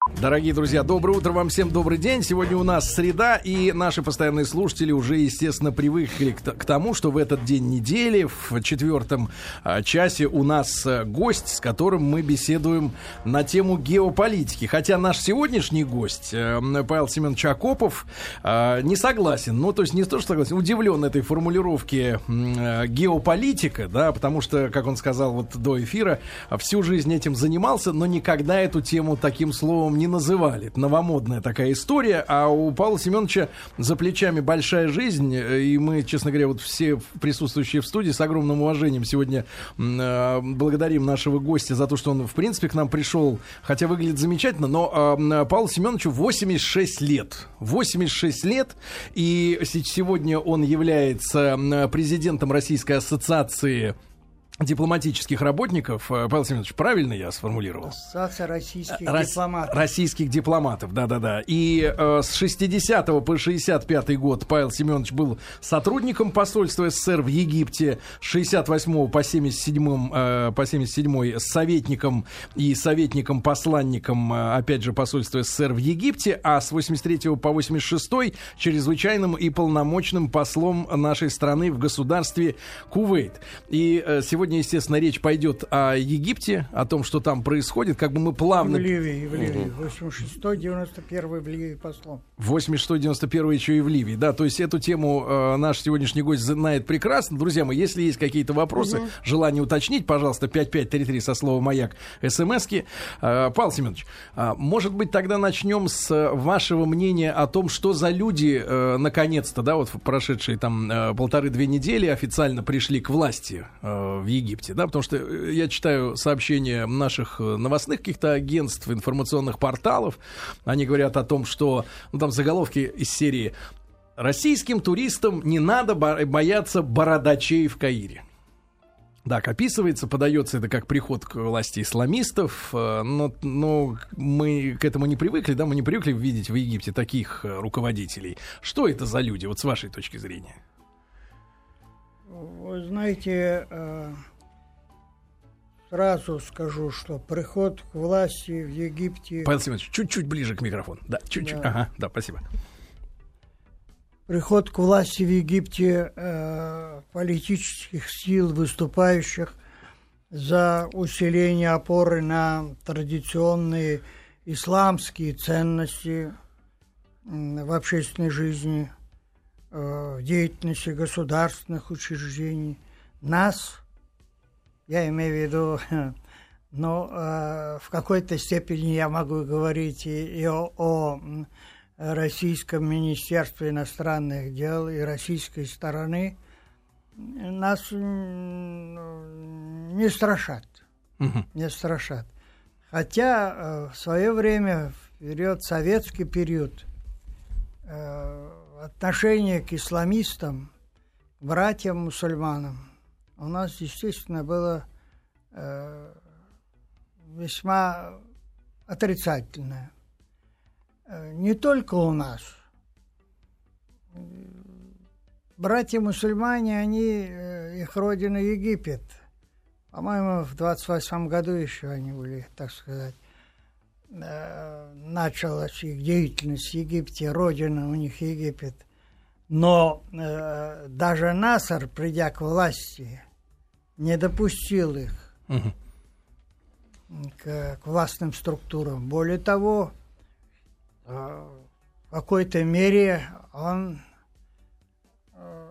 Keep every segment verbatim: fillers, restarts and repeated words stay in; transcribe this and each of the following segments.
Дорогие друзья, доброе утро вам всем, добрый день. Сегодня у нас среда, и наши постоянные слушатели уже, естественно, привыкли к, к тому, что в этот день недели, в четвертом а, часе у нас а, гость, с которым мы беседуем на тему геополитики. Хотя наш сегодняшний гость, а, Павел Семенович Акопов, а, не согласен, ну, то есть не то, что согласен, удивлен этой формулировке а, геополитика, да, потому что, как он сказал вот до эфира, всю жизнь этим занимался, но никогда эту тему таким словом не называли. Это новомодная такая история, а у Павла Семеновича за плечами большая жизнь, и мы, честно говоря, вот все присутствующие в студии с огромным уважением сегодня э, благодарим нашего гостя за то, что он, в принципе, к нам пришел, хотя выглядит замечательно, но э, Павлу Семеновичу восемьдесят шесть лет. восемьдесят шесть лет, и сегодня он является президентом Российской ассоциации дипломатических работников. Павел Семенович, правильно я сформулировал? Ассоциация российских Рос... дипломатов. Российских дипломатов, да-да-да. И э, с шестидесятого по шестьдесят пятый год Павел Семенович был сотрудником посольства СССР в Египте. С шестьдесят восьмого по семьдесят седьмой, э, по семьдесят седьмой советником и советником-посланником, э, опять же, посольства СССР в Египте. А с восемьдесят третьего по восемьдесят шестой чрезвычайным и полномочным послом нашей страны в государстве Кувейт. И э, сегодня Сегодня, естественно, речь пойдет о Египте, о том, что там происходит. Как бы мы плавно... В Ливии, в Ливии. восемьдесят шестой девяносто первый в Ливии послом. восемьдесят шестой девяносто первый еще и в Ливии, да. То есть эту тему э, наш сегодняшний гость знает прекрасно. Друзья мои, если есть какие-то вопросы, угу. желание уточнить, пожалуйста, пять пять три три со слова «Маяк» смски. Э, Павел Семенович, э, может быть, тогда начнем с вашего мнения о том, что за люди, э, наконец-то, да, вот в прошедшие там э, полторы-две недели официально пришли к власти э, в Египте, да, потому что я читаю сообщения наших новостных каких-то агентств, информационных порталов, они говорят о том, что, ну, там заголовки из серии «Российским туристам не надо бояться бородачей в Каире». Так, описывается, подается это как приход к власти исламистов, но, но мы к этому не привыкли, да, мы не привыкли видеть в Египте таких руководителей. Что это за люди, вот с вашей точки зрения? Вы знаете, сразу скажу, что приход к власти в Египте... Павел Семенович, чуть-чуть ближе к микрофону. Да, чуть-чуть. Да. Ага, да, спасибо. Приход к власти в Египте э, политических сил, выступающих за усиление опоры на традиционные исламские ценности э, в общественной жизни, в деятельности государственных учреждений. Нас, я имею в виду, но э, в какой-то степени я могу говорить и, и о, о Российском Министерстве иностранных дел и российской стороны, нас не страшат. Uh-huh. Не страшат. Хотя э, в свое время, в период, советский период, э, отношение к исламистам, к братьям-мусульманам у нас, естественно, было э, весьма отрицательное. Э, не только у нас. Братья-мусульмане, они, э, их родина Египет. По-моему, в двадцать восьмом году еще они были, так сказать, началась их деятельность в Египте, родина у них Египет. Но э, даже Насер, придя к власти, не допустил их угу. к, к властным структурам. Более того, э, в какой-то мере он, э,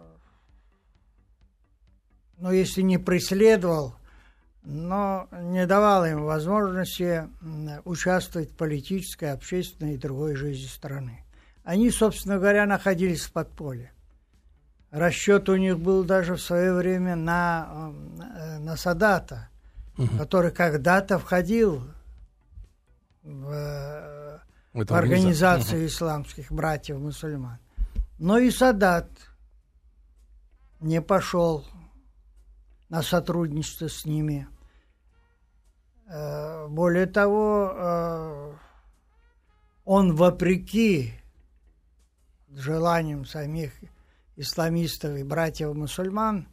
ну, если не преследовал, но не давал им возможности участвовать в политической, общественной и другой жизни страны. Они, собственно говоря, находились в подполье. Расчет у них был даже в свое время на, на Садата, угу. который когда-то входил в, в организацию угу. исламских братьев-мусульман. Но и Садат не пошел на сотрудничество с ними. Более того, он, вопреки желаниям самих исламистов и братьев-мусульман,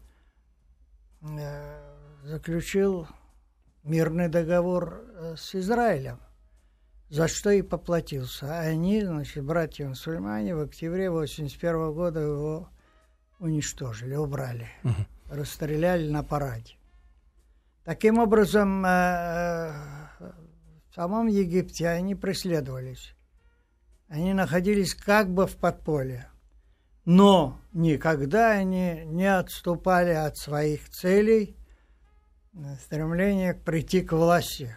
заключил мирный договор с Израилем, за что и поплатился. Они, значит, братья-мусульмане, в октябре восемьдесят первого года его уничтожили, убрали, угу. расстреляли на параде. Таким образом, в самом Египте они преследовались. Они находились как бы в подполье. Но никогда они не отступали от своих целей, стремления прийти к власти.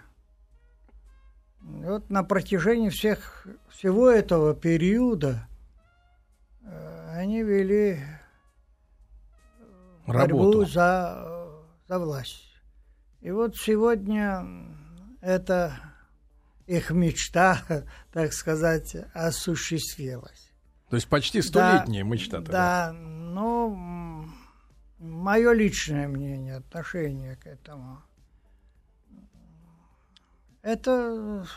И вот на протяжении всех, всего этого периода они вели Работу. борьбу за, за власть. И вот сегодня эта их мечта, так сказать, осуществилась. То есть почти столетняя да, мечта. Тогда. Да, ну, мое личное мнение, отношение к этому. Это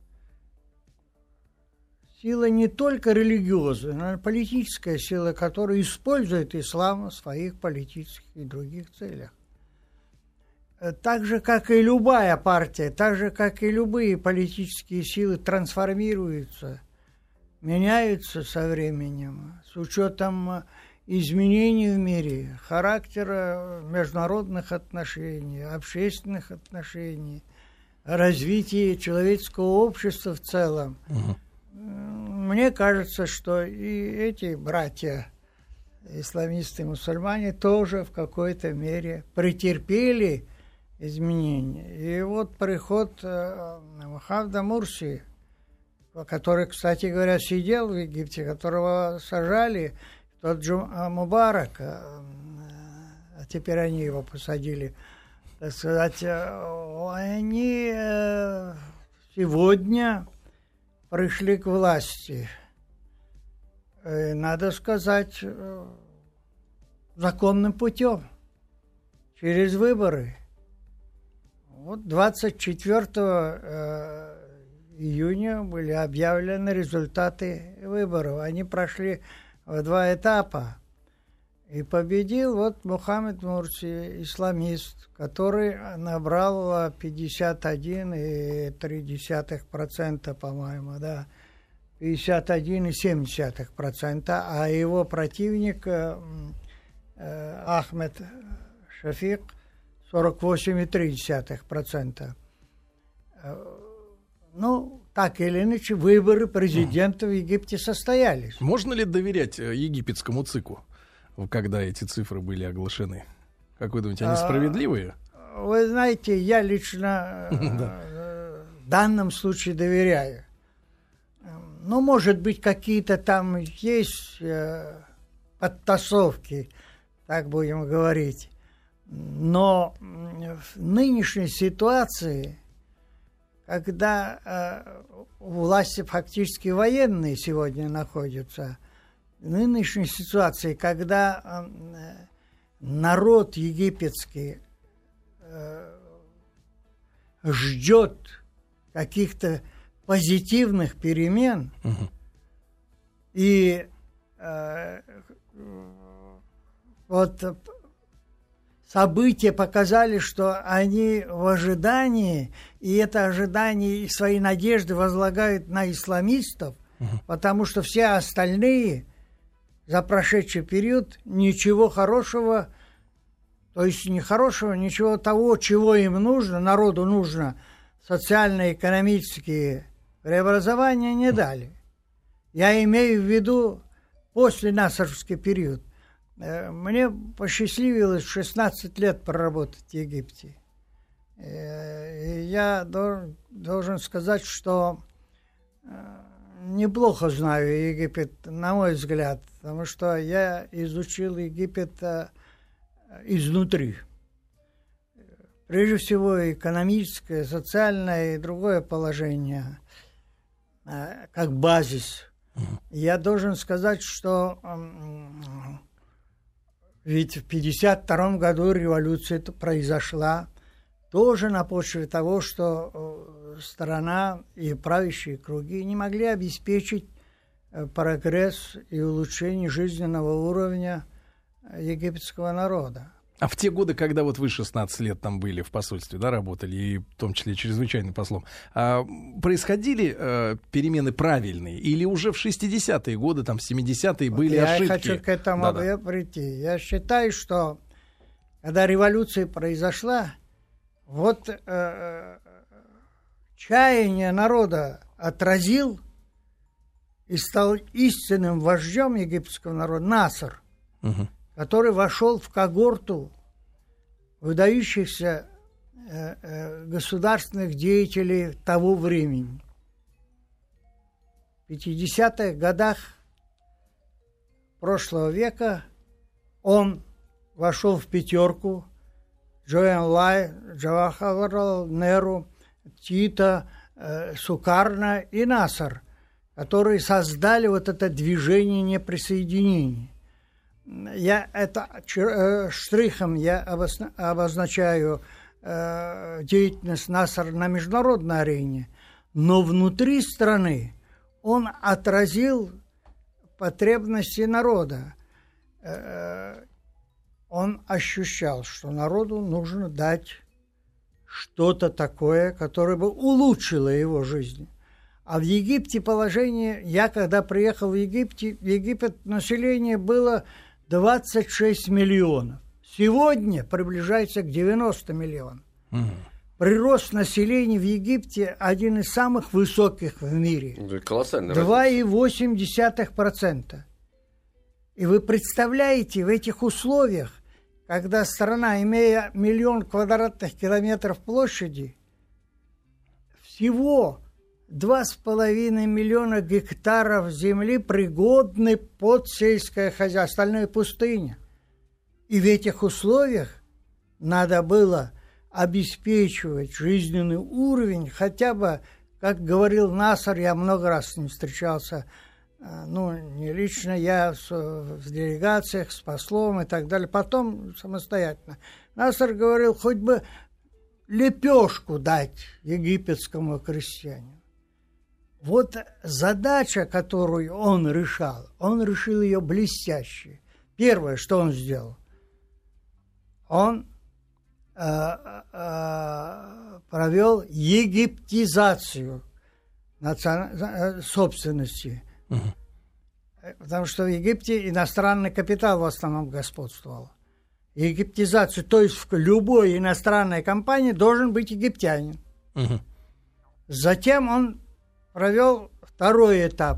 сила не только религиозная, но и политическая сила, которая использует ислам в своих политических и других целях. Так же, как и любая партия, так же, как и любые политические силы трансформируются, меняются со временем, с учетом изменений в мире, характера международных отношений, общественных отношений, развития человеческого общества в целом. Угу. Мне кажется, что и эти братья, исламисты и мусульмане, тоже в какой-то мере претерпели изменения. И вот приход э, Мухаммада Мурси, который, кстати говоря, сидел в Египте, которого сажали, тот же Мубарак, э, а теперь они его посадили, так сказать, э, они э, сегодня пришли к власти. И, надо сказать, э, законным путем, через выборы. Вот двадцать четвёртого июня были объявлены результаты выборов. Они прошли в два этапа. И победил вот Мухаммад Мурси, исламист, который набрал пятьдесят один и три десятых процента, по-моему, да, пятьдесят один и семь десятых процента, а его противник э, э, Ахмед Шафик сорок восемь и три десятых процента. Ну, так или иначе, выборы президента в Египте состоялись. Можно ли доверять египетскому ЦИКу, когда эти цифры были оглашены? Как вы думаете, они справедливые? А, вы знаете, я лично в данном случае доверяю. Ну, может быть, какие-то там есть подтасовки, так будем говорить. Но в нынешней ситуации, когда э, у власти фактически военные сегодня находятся, в нынешней ситуации, когда э, народ египетский э, ждет каких-то позитивных перемен, угу. и э, вот события показали, что они в ожидании, и это ожидание и свои надежды возлагают на исламистов, угу. потому что все остальные за прошедший период ничего хорошего, то есть не хорошего, ничего того, чего им нужно, народу нужно, социально-экономические преобразования не дали. Я имею в виду после насрский период. Мне посчастливилось шестнадцать лет проработать в Египте. И я должен сказать, что неплохо знаю Египет, на мой взгляд, потому что я изучил Египет изнутри. Прежде всего, экономическое, социальное и другое положение, как базис. Я должен сказать, что ведь в пятьдесят втором году революция произошла тоже на почве того, что страна и правящие круги не могли обеспечить прогресс и улучшение жизненного уровня египетского народа. А в те годы, когда вот вы шестнадцать лет там были в посольстве, да, работали, и в том числе чрезвычайным послом, а, происходили а, перемены правильные? Или уже в шестидесятые годы, там, в семидесятые вот были я ошибки? Я хочу к этому да-да. прийти. Я считаю, что когда революция произошла, вот э, чаяние народа отразил и стал истинным вождем египетского народа Наср, угу. который вошел в когорту выдающихся э, э, государственных деятелей того времени. В пятидесятых годах прошлого века он вошел в пятерку Чжоу Энлай, Джавахарлал Неру, Тита, э, Сукарно и Наср, которые создали вот это движение неприсоединения. Я это э, штрихом я обозна, обозначаю э, деятельность Насра на международной арене, но внутри страны он отразил потребности народа. Э, он ощущал, что народу нужно дать что-то такое, которое бы улучшило его жизнь. А в Египте положение, я когда приехал в Египте, в Египет население было двадцать шесть миллионов. Сегодня приближается к девяноста миллионам. Угу. Прирост населения в Египте один из самых высоких в мире. Колоссальный. два целых восемь десятых процента. И вы представляете, в этих условиях, когда страна, имея миллион квадратных километров площади, всего два с половиной миллиона гектаров земли пригодны под сельское хозяйство, остальное пустыня. И в этих условиях надо было обеспечивать жизненный уровень, хотя бы, как говорил Наср, я много раз с ним встречался, ну, не лично я, в делегациях, с послом и так далее, потом самостоятельно. Наср говорил, хоть бы лепешку дать египетскому крестьянину. Вот задача, которую он решал, он решил ее блестяще. Первое, что он сделал, он э, э, провел египтизацию национ... собственности. Угу. Потому что в Египте иностранный капитал в основном господствовал. Египтизацию, то есть в любой иностранной компании должен быть египтянин. Угу. Затем он провел второй этап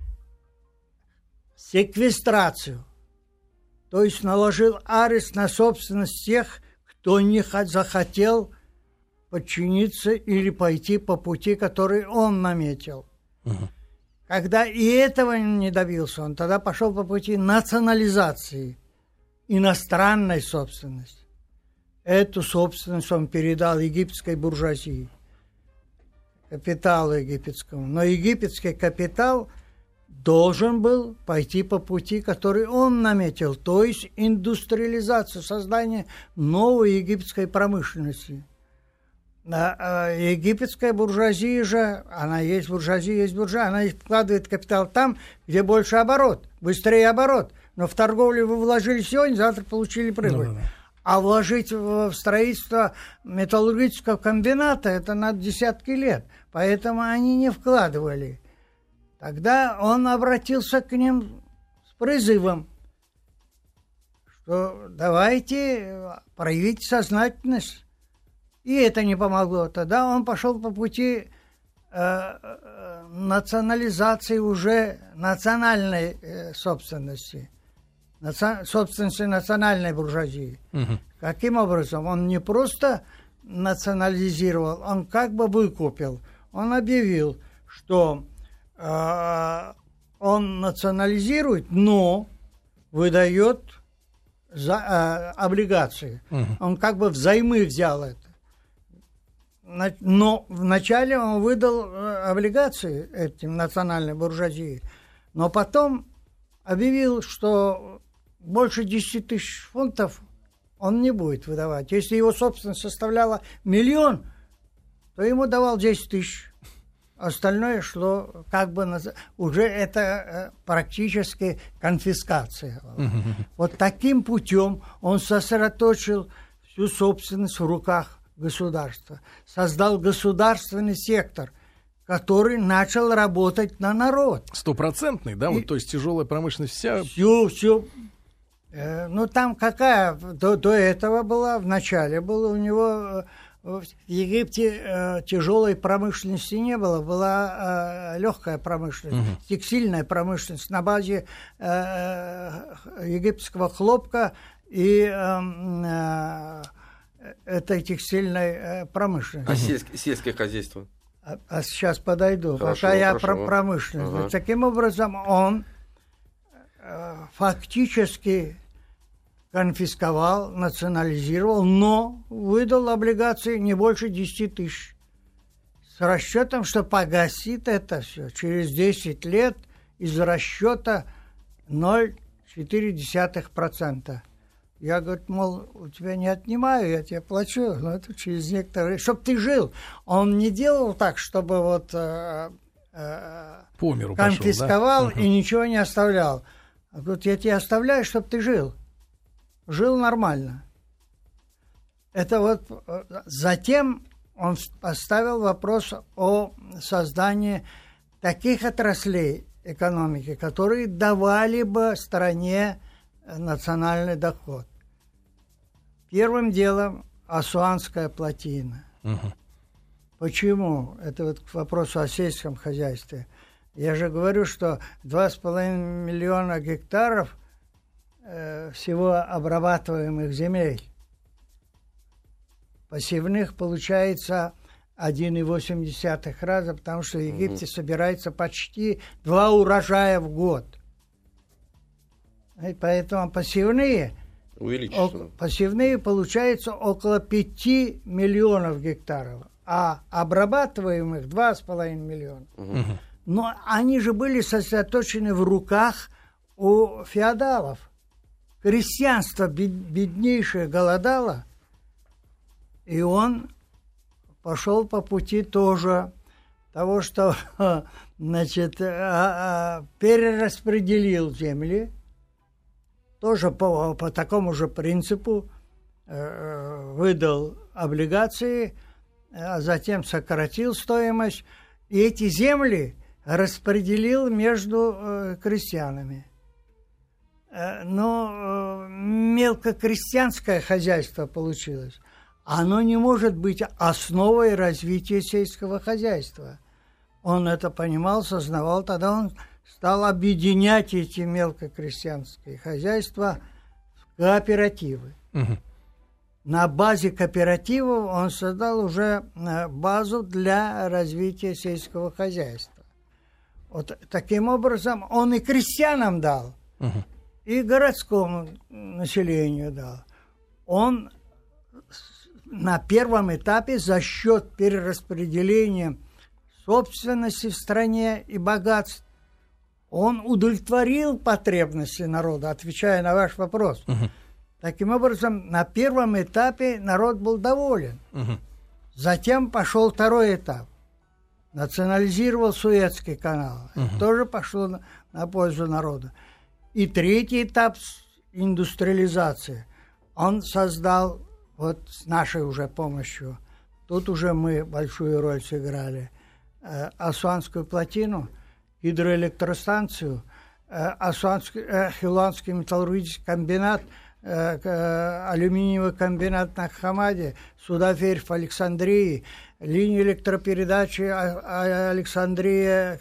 – секвестрацию. То есть наложил арест на собственность тех, кто не захотел подчиниться или пойти по пути, который он наметил. Угу. Когда и этого не добился, он тогда пошел по пути национализации иностранной собственности. Эту собственность он передал египетской буржуазии, капиталу египетскому. Но египетский капитал должен был пойти по пути, который он наметил, то есть индустриализацию, создание новой египетской промышленности. А египетская буржуазия же, она есть буржуазия, есть буржуазия, она вкладывает капитал там, где больше оборот, быстрее оборот. Но в торговлю вы вложили сегодня, завтра получили прибыль. Ну, да, да. А вложить в строительство металлургического комбината, это надо десятки лет. Поэтому они не вкладывали. Тогда он обратился к ним с призывом, что давайте проявите сознательность. И это не помогло. Тогда он пошел по пути э, национализации уже национальной э, собственности, наци... собственности национальной буржуазии. Угу. Каким образом? Он не просто национализировал, он как бы выкупил. Он объявил, что э, он национализирует, но выдает за, э, облигации. Угу. Он как бы взаймы взял это. Но вначале он выдал облигации этим национальной буржуазии, но потом объявил, что больше десяти тысяч фунтов он не будет выдавать. Если его собственность составляла миллион, то ему давал десять тысяч остальное шло как бы на... уже это э, практически конфискация. Uh-huh. Вот таким путем он сосредоточил всю собственность в руках государства, создал государственный сектор, который начал работать на народ. Стопроцентный, да? И... Вот, то есть тяжелая промышленность вся... Всю, всю. Э, ну, там какая... До, до этого была, в начале было у него... В Египте э, тяжелой промышленности не было, была э, легкая промышленность, угу. текстильная промышленность на базе э, египетского хлопка и э, э, этой текстильной э, промышленности. А сельское, сельское хозяйство? А, а сейчас подойду, хорошо, пока я хорошо. про промышленность. Ага. Таким образом, он э, фактически конфисковал, национализировал, но выдал облигации не больше десяти тысяч. С расчетом, что погасит это все через десять лет из расчета ноль целых четыре десятых процента. Я, говорю, мол, у тебя не отнимаю, я тебе плачу, но это через некоторые... Чтобы ты жил. Он не делал так, чтобы вот э, э, по миру конфисковал пошел, да? и ничего не оставлял. А говорит, я тебе оставляю, чтобы ты жил. Жил нормально. Это вот затем он поставил вопрос о создании таких отраслей экономики, которые давали бы стране национальный доход. Первым делом Асуанская плотина. Угу. Почему? Это вот к вопросу о сельском хозяйстве. Я же говорю, что два с половиной миллиона гектаров всего обрабатываемых земель. Посевных получается один целых восемь десятых раза, потому что в Египте mm-hmm. собирается почти два урожая в год. И поэтому посевные, о, посевные получается около пяти миллионов гектаров, а обрабатываемых два с половиной миллиона. Mm-hmm. Но они же были сосредоточены в руках у феодалов. Крестьянство беднейшее голодало, и он пошел по пути тоже того, что значит, перераспределил земли, тоже по, по такому же принципу выдал облигации, а затем сократил стоимость, и эти земли распределил между крестьянами. Но мелкокрестьянское хозяйство получилось. Оно не может быть основой развития сельского хозяйства. Он это понимал, сознавал, тогда он стал объединять эти мелкокрестьянские хозяйства в кооперативы. Угу. На базе кооперативов он создал уже базу для развития сельского хозяйства. Вот таким образом он и крестьянам дал, угу. и городскому населению дал. Он на первом этапе за счет перераспределения собственности в стране и богатств он удовлетворил потребности народа, отвечая на ваш вопрос. Uh-huh. Таким образом, на первом этапе народ был доволен. Uh-huh. Затем пошел второй этап. Национализировал Суэцкий канал. Uh-huh. Это тоже пошло на, на пользу народа. И третий этап индустриализации. Он создал, вот с нашей уже помощью, тут уже мы большую роль сыграли, э, Асуанскую плотину, гидроэлектростанцию, э, Асуанский, э, Хиланский металлургический комбинат, э, э, алюминиевый комбинат на Хамаде, Судоферфь в Александрии, линию электропередачи Александрия,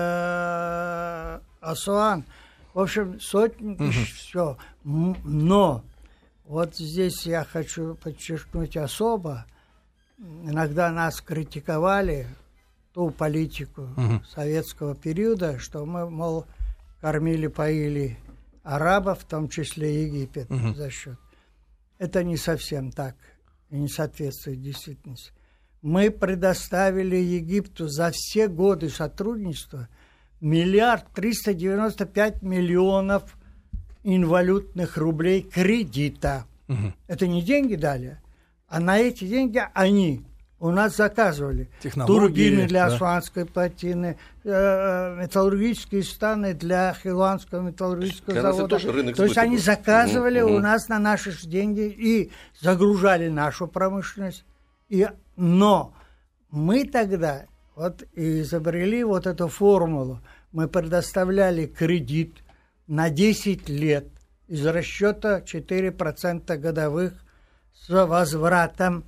э, Асуан. В общем, сотни тысяч, uh-huh. все. Но вот здесь я хочу подчеркнуть особо, иногда нас критиковали, ту политику uh-huh. советского периода, что мы, мол, кормили, поили арабов, в том числе Египет, uh-huh. за счет. Это не совсем так и не соответствует действительности. Мы предоставили Египту за все годы сотрудничества миллиард триста девяносто пять миллионов инвалютных рублей кредита. Угу. Это не деньги дали, а на эти деньги они У нас заказывали турбины для да. Асуанской плотины, э, металлургические станы для Хилуанского металлургического для завода. Тоже рынок То есть они заказывали mm-hmm. у нас на наши же деньги и загружали нашу промышленность. И, но мы тогда вот изобрели вот эту формулу. Мы предоставляли кредит на десять лет из расчета четыре процента годовых с возвратом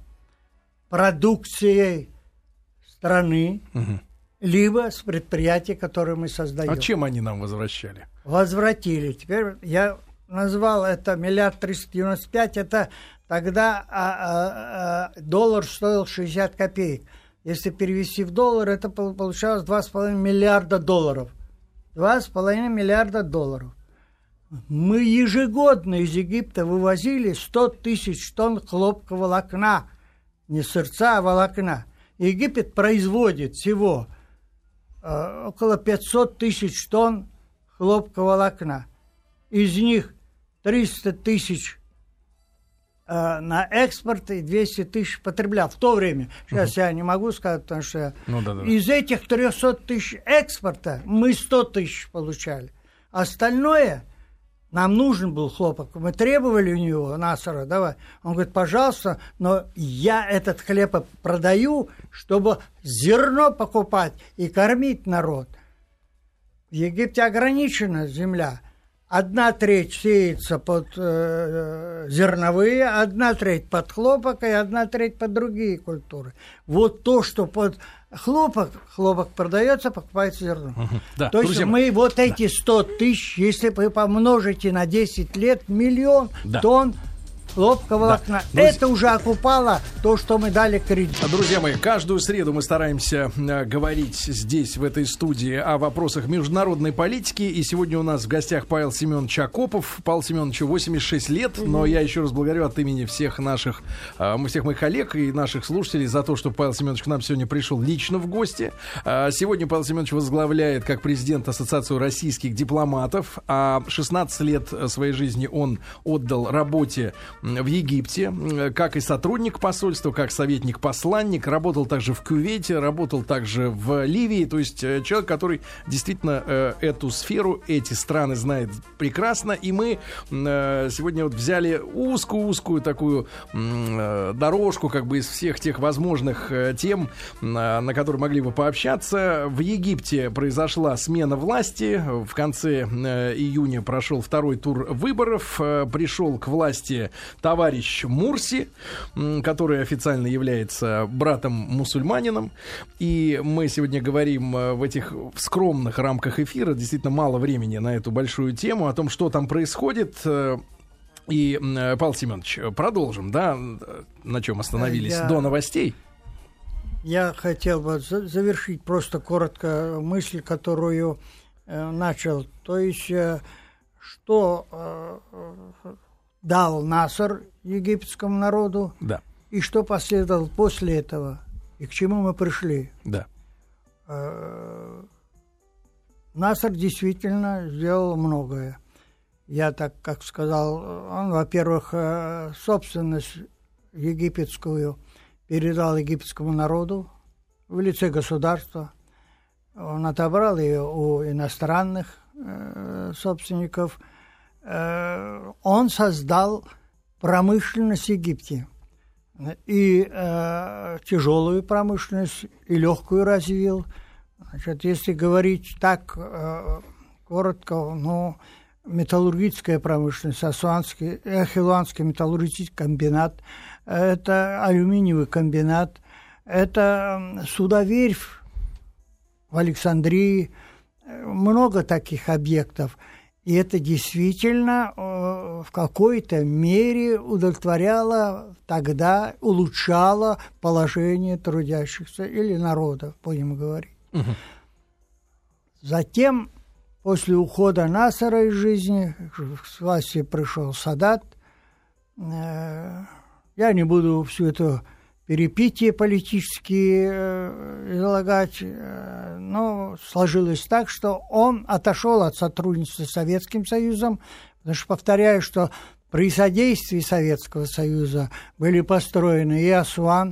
продукцией страны, угу. либо с предприятий, которые мы создаем. А чем они нам возвращали? Возвратили. Теперь я назвал это миллиард триста девяносто пять. Это тогда а, а, а, доллар стоил шестьдесят копеек. Если перевести в доллар, это получалось два с половиной миллиарда долларов. два с половиной миллиарда долларов. Мы ежегодно из Египта вывозили сто тысяч тонн хлопковолокна. Не сырца, а волокна. Египет производит всего э, около пятьсот тысяч тонн хлопковолокна. Из них триста тысяч э, на экспорт и двести тысяч потреблял в то время. Сейчас угу. я не могу сказать, потому что ну, да, да. из этих триста тысяч экспорта мы сто тысяч получали. Остальное... Нам нужен был хлопок. Мы требовали у него, Насара, давай. Он говорит, пожалуйста, но я этот хлеб продаю, чтобы зерно покупать и кормить народ. В Египте ограничена земля. Одна треть сеется под э, зерновые, одна треть под хлопок и одна треть под другие культуры. Вот то, что под хлопок, хлопок продается, покупается зерно. Угу. Да, то есть мы вот эти сто тысяч, если вы помножите на десять лет, миллион да. тонн хлопковолокна. Да. Это уже окупало то, что мы дали кредит. Друзья мои, каждую среду мы стараемся э, говорить здесь, в этой студии, о вопросах международной политики. И сегодня у нас в гостях Павел Семенович Акопов. Павел Семеновичу восемьдесят шесть лет, mm-hmm. но я еще раз благодарю от имени всех наших, э, всех моих коллег и наших слушателей за то, что Павел Семенович к нам сегодня пришел лично в гости. Э, сегодня Павел Семенович возглавляет как президент Ассоциацию российских дипломатов, а шестнадцать лет своей жизни он отдал работе в Египте, как и сотрудник посольства, как советник-посланник, работал также в Кувейте, работал также в Ливии, то есть человек, который действительно э, эту сферу, эти страны знает прекрасно, и мы э, сегодня вот взяли узкую-узкую такую э, дорожку, как бы из всех тех возможных э, тем, э, на которые могли бы пообщаться. В Египте произошла смена власти, в конце э, июня прошел второй тур выборов, э, пришел к власти товарищ Мурси, который официально является братом-мусульманином. И мы сегодня говорим в этих скромных рамках эфира, действительно мало времени на эту большую тему, о том, что там происходит. И, Павел Семенович, продолжим, да, на чем остановились я, до новостей. Я хотел бы завершить просто коротко мысль, которую э, начал. То есть, э, что... Э, дал Насер египетскому народу, да. и что последовало после этого, и к чему мы пришли. Да. Насер действительно сделал многое. Я так, как сказал, он, во-первых, собственность египетскую передал египетскому народу в лице государства. Он отобрал ее у иностранных собственников. Он создал промышленность в Египте. И э, тяжелую промышленность, и легкую развил. Значит, если говорить так э, коротко, ну, металлургическая промышленность, Асуанский, Хилуанский металлургический комбинат, это алюминиевый комбинат, это судоверфь в Александрии, много таких объектов. И это действительно э, в какой-то мере удовлетворяло тогда, улучшало положение трудящихся или народа, будем говорить. Угу. Затем, после ухода Насера из жизни, с власти пришел Садат. Э, я не буду всю эту перипетии политические э, излагать, э, но сложилось так, что он отошел от сотрудничества с Советским Союзом, потому что, повторяю, что при содействии Советского Союза были построены и Асуан,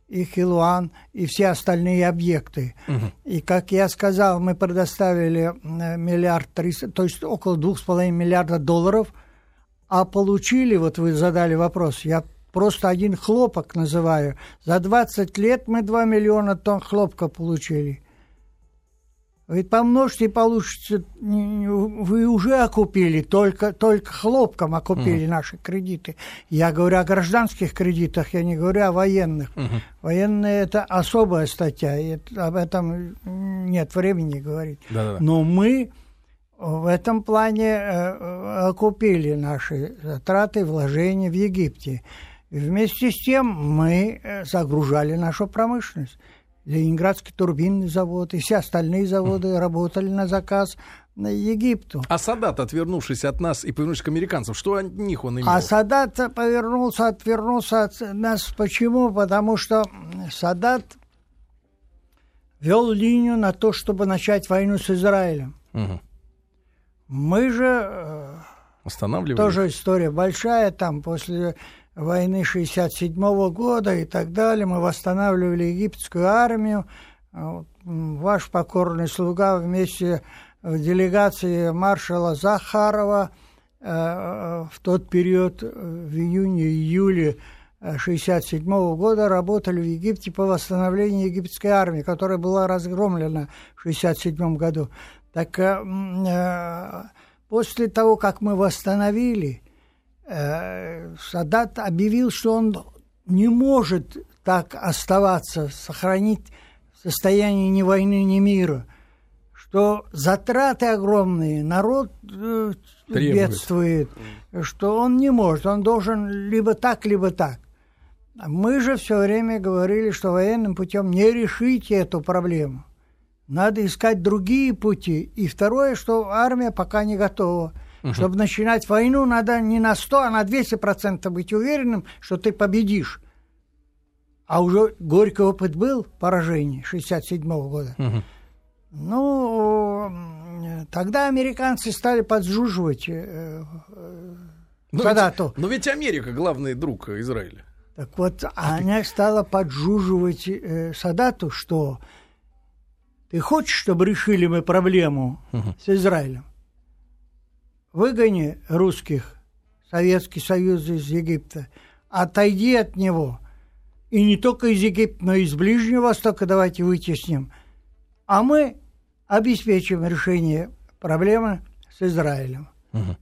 и Хилуан, и все остальные объекты. Угу. И, как я сказал, мы предоставили миллиард триста, то есть около двух с половиной миллиарда долларов, а получили, вот вы задали вопрос, я просто один хлопок называю, за двадцать лет мы два миллиона тонн хлопка получили. Вы помножьте, получится, вы уже окупили, только, только хлопком окупили uh-huh. наши кредиты. Я говорю о гражданских кредитах, я не говорю о военных. Uh-huh. Военные – это особая статья, и это, об этом нет времени говорить. Да-да-да. Но мы в этом плане э, окупили наши затраты, вложения в Египте. И вместе с тем мы загружали нашу промышленность. Ленинградский турбинный завод и все остальные заводы mm. работали на заказ на Египту. А Садат, отвернувшись от нас и повернувшись к американцам, что от них он имел? А Садат повернулся, отвернулся от нас. Почему? Потому что Садат вел линию на то, чтобы начать войну с Израилем. Mm-hmm. Мы же... Останавливали? Тоже история большая, там после... войны шестьдесят седьмого года и так далее. Мы восстанавливали египетскую армию. Ваш покорный слуга вместе в делегации маршала Захарова в тот период, в июне-июле шестьдесят седьмого года, работали в Египте по восстановлению египетской армии, которая была разгромлена в шестьдесят седьмом году. Так после того, как мы восстановили, Садат объявил, что он не может так оставаться, сохранить состояние ни войны, ни мира, что затраты огромные, народ э, бедствует, что он не может, он должен либо так, либо так. Мы же все время говорили, что военным путем не решите эту проблему. Надо искать другие пути. И второе, что армия пока не готова. Угу. Чтобы начинать войну, надо не на сто, а на двести процентов быть уверенным, что ты победишь. А уже горький опыт был поражения шестьдесят седьмого года. Угу. Ну, тогда американцы стали поджуживать э, э, но Садату. Ведь, но ведь Америка главный друг Израиля. Так вот, она стала поджуживать э, Садату, что ты хочешь, чтобы решили мы проблему угу. с Израилем? Выгони русских, Советский Союз из Египта, отойди от него. И не только из Египта, но и из Ближнего Востока давайте вытесним. А мы обеспечим решение проблемы с Израилем. Угу.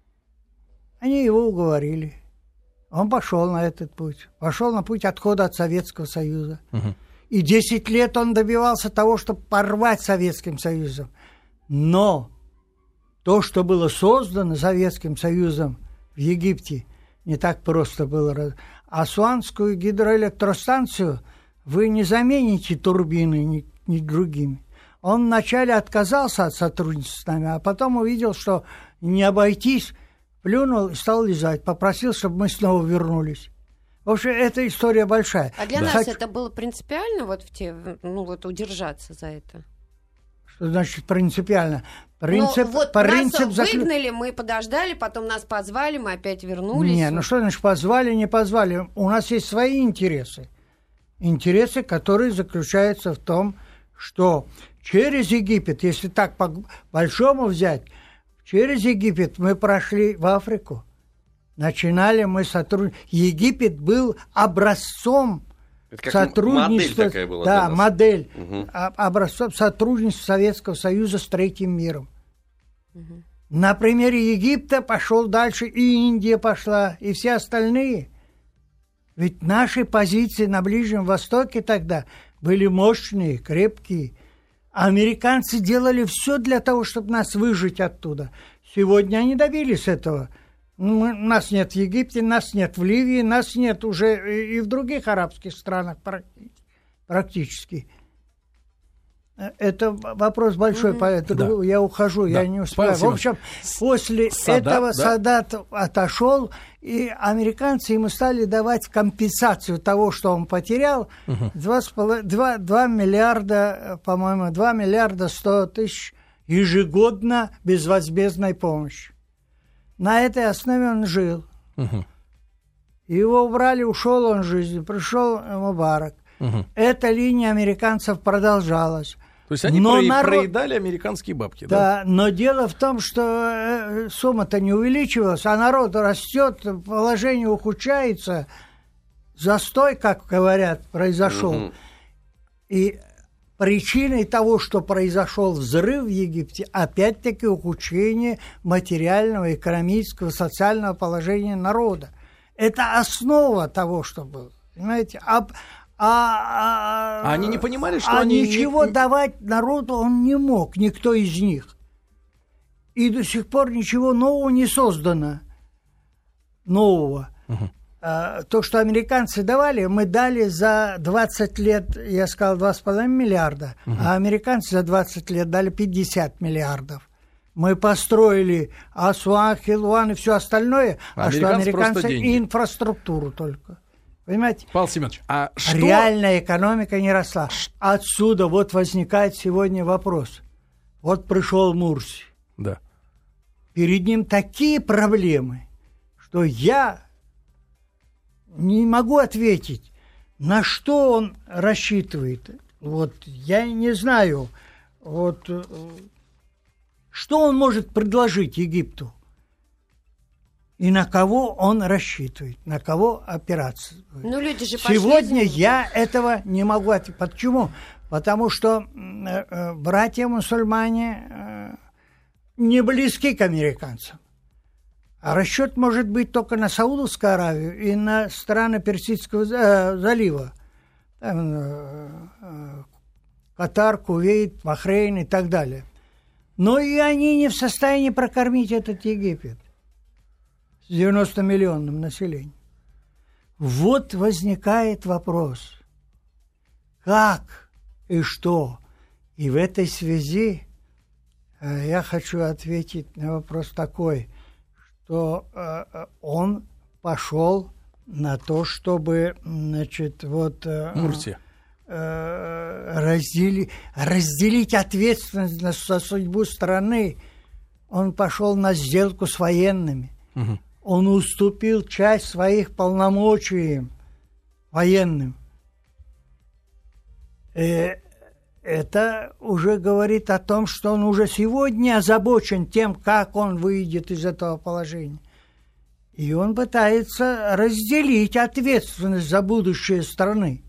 Они его уговорили. Он пошел на этот путь. Пошел на путь отхода от Советского Союза. Угу. И десять лет он добивался того, чтобы порвать с Советским Союзом. Но то, что было создано Советским Союзом в Египте, не так просто было. Асуанскую гидроэлектростанцию вы не замените турбины ни, ни другими. Он вначале отказался от сотрудничества с нами, а потом увидел, что не обойтись, плюнул и стал лизать. Попросил, чтобы мы снова вернулись. В общем, эта история большая. А для да. нас Хочу... это было принципиально вот в те, ну вот удержаться за это? Что значит принципиально? Принцип, ну, вот принцип нас заклю... выгнали, мы подождали, потом нас позвали, мы опять вернулись. Не, ну что значит позвали, не позвали? У нас есть свои интересы. Интересы, которые заключаются в том, что через Египет, если так по-большому взять, через Египет мы прошли в Африку. Начинали мы сотрудничать. Египет был образцом сотрудничества. Модель такая была. Да, модель. Угу. Образцом сотрудничества Советского Союза с третьим миром. Угу. На примере Египта пошел дальше, и Индия пошла, и все остальные. Ведь наши позиции на Ближнем Востоке тогда были мощные, крепкие. Американцы делали все для того, чтобы нас выжить оттуда. Сегодня они добились этого. Мы, нас нет в Египте, нас нет в Ливии, нас нет уже и в других арабских странах практически. Это вопрос большой, mm-hmm. поэтому да. я ухожу, да. я не успеваю. Спасибо. В общем, после Садат, этого да? Садат отошел, и американцы ему стали давать компенсацию того, что он потерял, uh-huh. два миллиарда, по-моему, два миллиарда сто тысяч ежегодно безвозмездной помощи. На этой основе он жил. Uh-huh. Его убрали, ушел он из жизни, пришел Мубарак. Угу. Эта линия американцев продолжалась. То есть они но про... народ... проедали американские бабки, да? Да, но дело в том, что сумма-то не увеличивалась, а народ растет, положение ухудшается, застой, как говорят, произошел. Угу. И причиной того, что произошел взрыв в Египте, опять-таки ухудшение материального, экономического, социального положения народа. Это основа того, что было. Понимаете? А, а, а они не понимали, что а они... ничего не... давать народу он не мог, никто из них. И до сих пор ничего нового не создано. Нового. Угу. То, что американцы давали, мы дали за двадцать лет, я сказал, два с половиной миллиарда, угу. а американцы за двадцать лет дали пятьдесят миллиардов. Мы построили Асуан, Хилуан и все остальное, а, а что американцы инфраструктуру только. Понимаете? Павел Семенович, а что... Реальная экономика не росла. Отсюда вот возникает сегодня вопрос. Вот пришел Мурси. Да. Перед ним такие проблемы, что я... не могу ответить, на что он рассчитывает. Вот я не знаю, вот что он может предложить Египту и на кого он рассчитывает, на кого опираться. Ну, люди же пошли. Сегодня я этого не могу ответить. Почему? Потому что э, братья-мусульмане э, не близки к американцам. А расчет может быть только на Саудовскую Аравию и на страны Персидского залива. Там, э, Катар, Кувейт, Бахрейн и так далее. Но и они не в состоянии прокормить этот Египет с девяностомиллионным населением. Вот возникает вопрос, как и что. И в этой связи э, я хочу ответить на вопрос такой, что э, он пошел на то, чтобы, значит, вот... Э, Мурси. Э, раздели, разделить ответственность за судьбу страны. Он пошел на сделку с военными. Угу. Он уступил часть своих полномочий военным. Э, это уже говорит о том, что он уже сегодня озабочен тем, как он выйдет из этого положения. И он пытается разделить ответственность за будущее страны.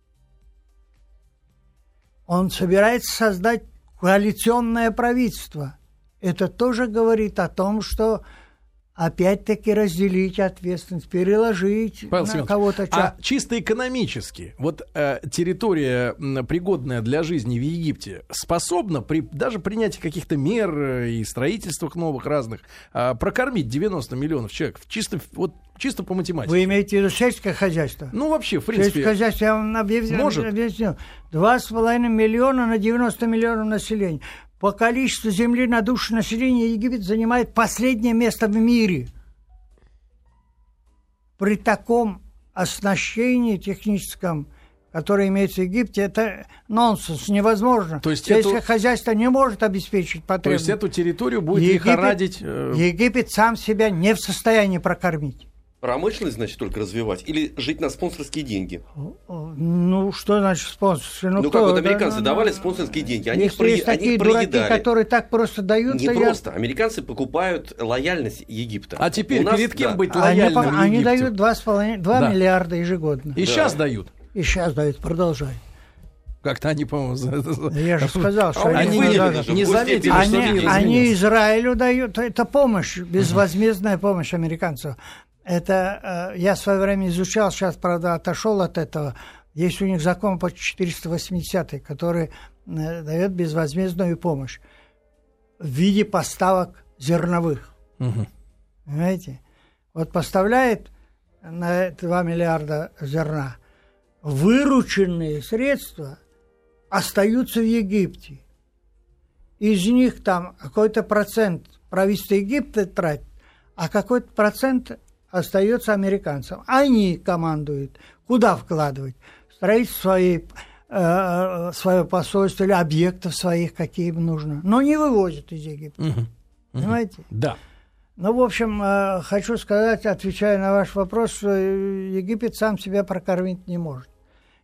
Он собирается создать коалиционное правительство. Это тоже говорит о том, что опять-таки разделить ответственность, переложить Павел на Семенович, кого-то. А чисто экономически, вот э, территория, пригодная для жизни в Египте, способна при даже принятии каких-то мер и строительствах новых разных э, прокормить девяносто миллионов человек? Чисто, вот, чисто по математике. Вы имеете в виду сельское хозяйство? Ну, вообще, в принципе. Сельское хозяйство, я вам объясню. Может? объясню. Два с половиной миллиона на девяносто миллионов населения. По количеству земли на душу населения Египет занимает последнее место в мире. При таком оснащении техническом, которое имеется в Египте, это нонсенс, невозможно. То есть сельское эту... хозяйство не может обеспечить потребность. То есть эту территорию будет Египет, лихорадить... Э... Египет сам себя не в состоянии прокормить. Промышленность, значит, только развивать? Или жить на спонсорские деньги? Ну, что значит спонсорские? Ну, ну как вот американцы да, давали спонсорские деньги, они их, про... они их проедали. Дураки, которые так просто дают... Не просто. Я... Американцы покупают лояльность Египта. А теперь нас, перед кем да. Они, быть лояльным они Египту? дают два с половиной да. миллиарда ежегодно. И да. сейчас дают? И сейчас дают, продолжай. Как-то они, по-моему... Я же сказал, что а они не, не заметили, они, что не они Израилю дают, это помощь, безвозмездная помощь американцев. Это э, я в свое время изучал, сейчас, правда, отошел от этого. Есть у них закон по четыреста восьмидесятый, который э, дает безвозмездную помощь в виде поставок зерновых. Угу. Понимаете? Вот поставляет на два миллиарда зерна. Вырученные средства остаются в Египте. Из них там какой-то процент правительство Египта тратит, а какой-то процент остается американцам. Они командуют, куда вкладывать. Строительство своей, э, свое посольство или объектов своих, какие им нужно. Но не вывозят из Египта. Угу. Понимаете? Да. Ну, в общем, э, хочу сказать, отвечая на ваш вопрос, что Египет сам себя прокормить не может.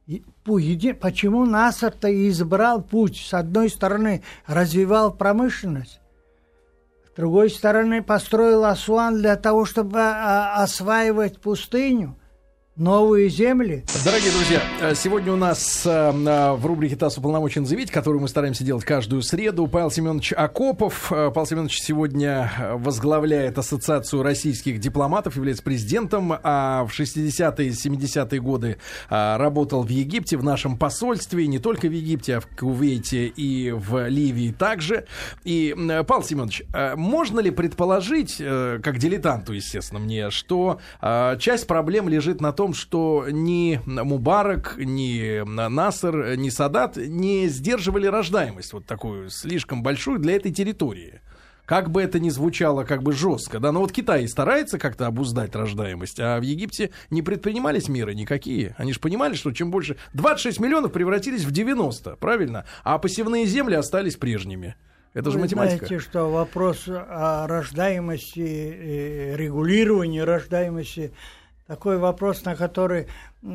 Почему НАСАР-то избрал путь? С одной стороны, развивал промышленность, с другой стороны, построил Асуан для того, чтобы осваивать пустыню, новые земли. Дорогие друзья, сегодня у нас в рубрике «ТАСС уполномочен заявить», которую мы стараемся делать каждую среду, Павел Семенович Акопов. Павел Семенович сегодня возглавляет Ассоциацию российских дипломатов, является президентом, а в шестидесятые и семидесятые годы работал в Египте, в нашем посольстве, не только в Египте, а в Кувейте и в Ливии также. И, Павел Семенович, можно ли предположить, как дилетанту, естественно, мне, что часть проблем лежит на том, что ни Мубарак, ни Насер, ни Садат не сдерживали рождаемость вот такую слишком большую для этой территории? Как бы это ни звучало как бы жестко, да, но вот Китай старается как-то обуздать рождаемость, а в Египте не предпринимались меры никакие. Они же понимали, что чем больше... двадцать шесть миллионов превратились в девяносто, правильно? А посевные земли остались прежними. Это же Вы математика. знаете, что вопрос о рождаемости, регулировании рождаемости — такой вопрос, на который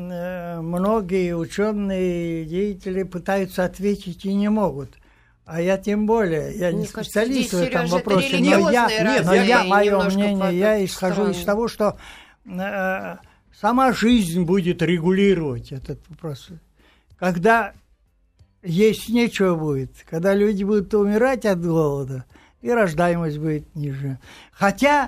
многие ученые деятели пытаются ответить и не могут. А я тем более, я Мне не специалист кажется, в этом вопросе, но я, нет, но я, мое мнение, я исхожу из того, что э, сама жизнь будет регулировать этот вопрос. Когда есть нечего будет, когда люди будут умирать от голода, и рождаемость будет ниже. Хотя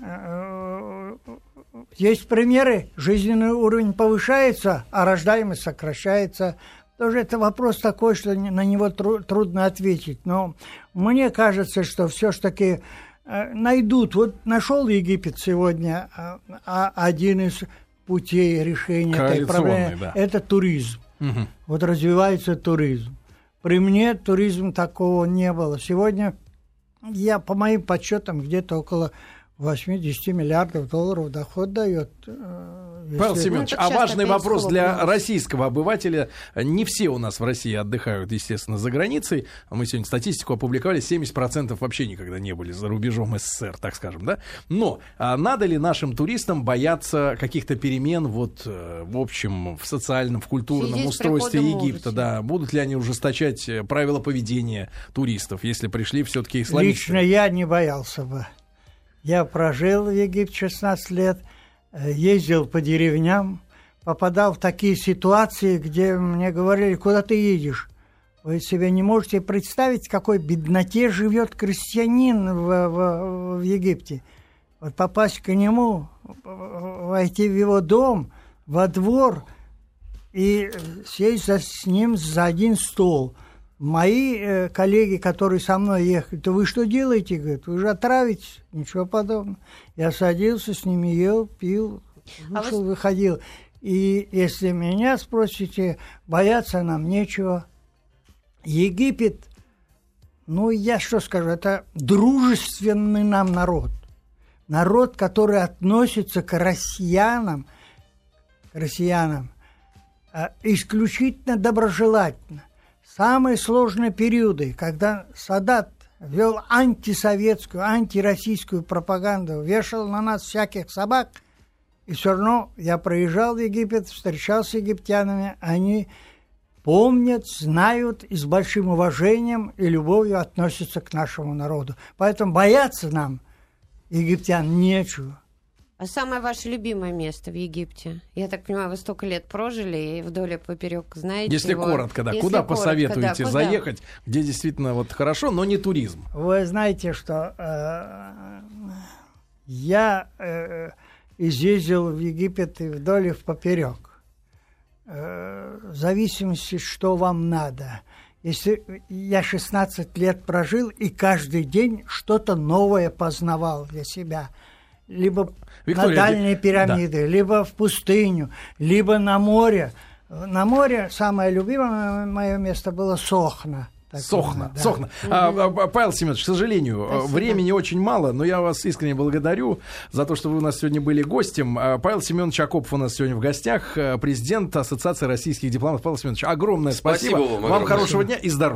э, есть примеры, жизненный уровень повышается, а рождаемость сокращается. Тоже это вопрос такой, что на него тру- трудно ответить. Но мне кажется, что все-таки э, найдут. Вот нашел Египет сегодня э, один из путей решения этой проблемы. Да. Это туризм. Угу. Вот развивается туризм. При мне туризм такого не было. Сегодня я, по моим подсчетам, где-то около восемьдесят миллиардов долларов доход дает. Если... Павел Семенович, ну, а важный вопрос для российского обывателя. Не все у нас в России отдыхают, естественно, за границей. Мы сегодня статистику опубликовали, семьдесят процентов вообще никогда не были за рубежом СССР, так скажем, да? Но а надо ли нашим туристам бояться каких-то перемен вот в общем, в социальном, в культурном устройстве Египта? Да? Будут ли они ужесточать правила поведения туристов, если пришли все-таки исламисты? Лично я не боялся бы. Я прожил в Египте шестнадцать лет, ездил по деревням, попадал в такие ситуации, где мне говорили: куда ты едешь? Вы себе не можете представить, в какой бедноте живет крестьянин в, в, в Египте. Вот попасть к нему, войти в его дом, во двор и сесть за, с ним за один стол. Мои э, коллеги, которые со мной ехали: то вы что делаете? Говорят, вы же отравитесь. Ничего подобного. Я садился с ними, ел, пил, вышел, а вы... выходил. И если меня спросите, бояться нам нечего. Египет, ну я что скажу, это дружественный нам народ. Народ, который относится к россиянам, к россиянам э, исключительно доброжелательно. Самые сложные периоды, когда Садат вел антисоветскую, антироссийскую пропаганду, вешал на нас всяких собак, и все равно я проезжал в Египет, встречался с египтянами, они помнят, знают и с большим уважением и любовью относятся к нашему народу. Поэтому бояться нам, египтян, нечего. А самое ваше любимое место в Египте? Я так понимаю, вы столько лет прожили и вдоль и поперек знаете Если его. коротко, да. Если куда коротко, посоветуете да, заехать, куда? Где действительно вот хорошо, но не туризм? Вы знаете, что э, я э, изъездил в Египет и вдоль и поперек. Э, в зависимости, что вам надо. Если я шестнадцать лет прожил и каждый день что-то новое познавал для себя. Либо Виктория, на дальние пирамиды, да. либо в пустыню, либо на море. На море самое любимое мое место было Сохна. Сохна, да. Сохна. А, Павел Семенович, к сожалению, Спасибо. времени очень мало, но я вас искренне благодарю за то, что вы у нас сегодня были гостем. Павел Семенович Акопов у нас сегодня в гостях, президент Ассоциации российских дипломатов. Павел Семенович, огромное спасибо. спасибо вам, вам хорошего дня и здоровья.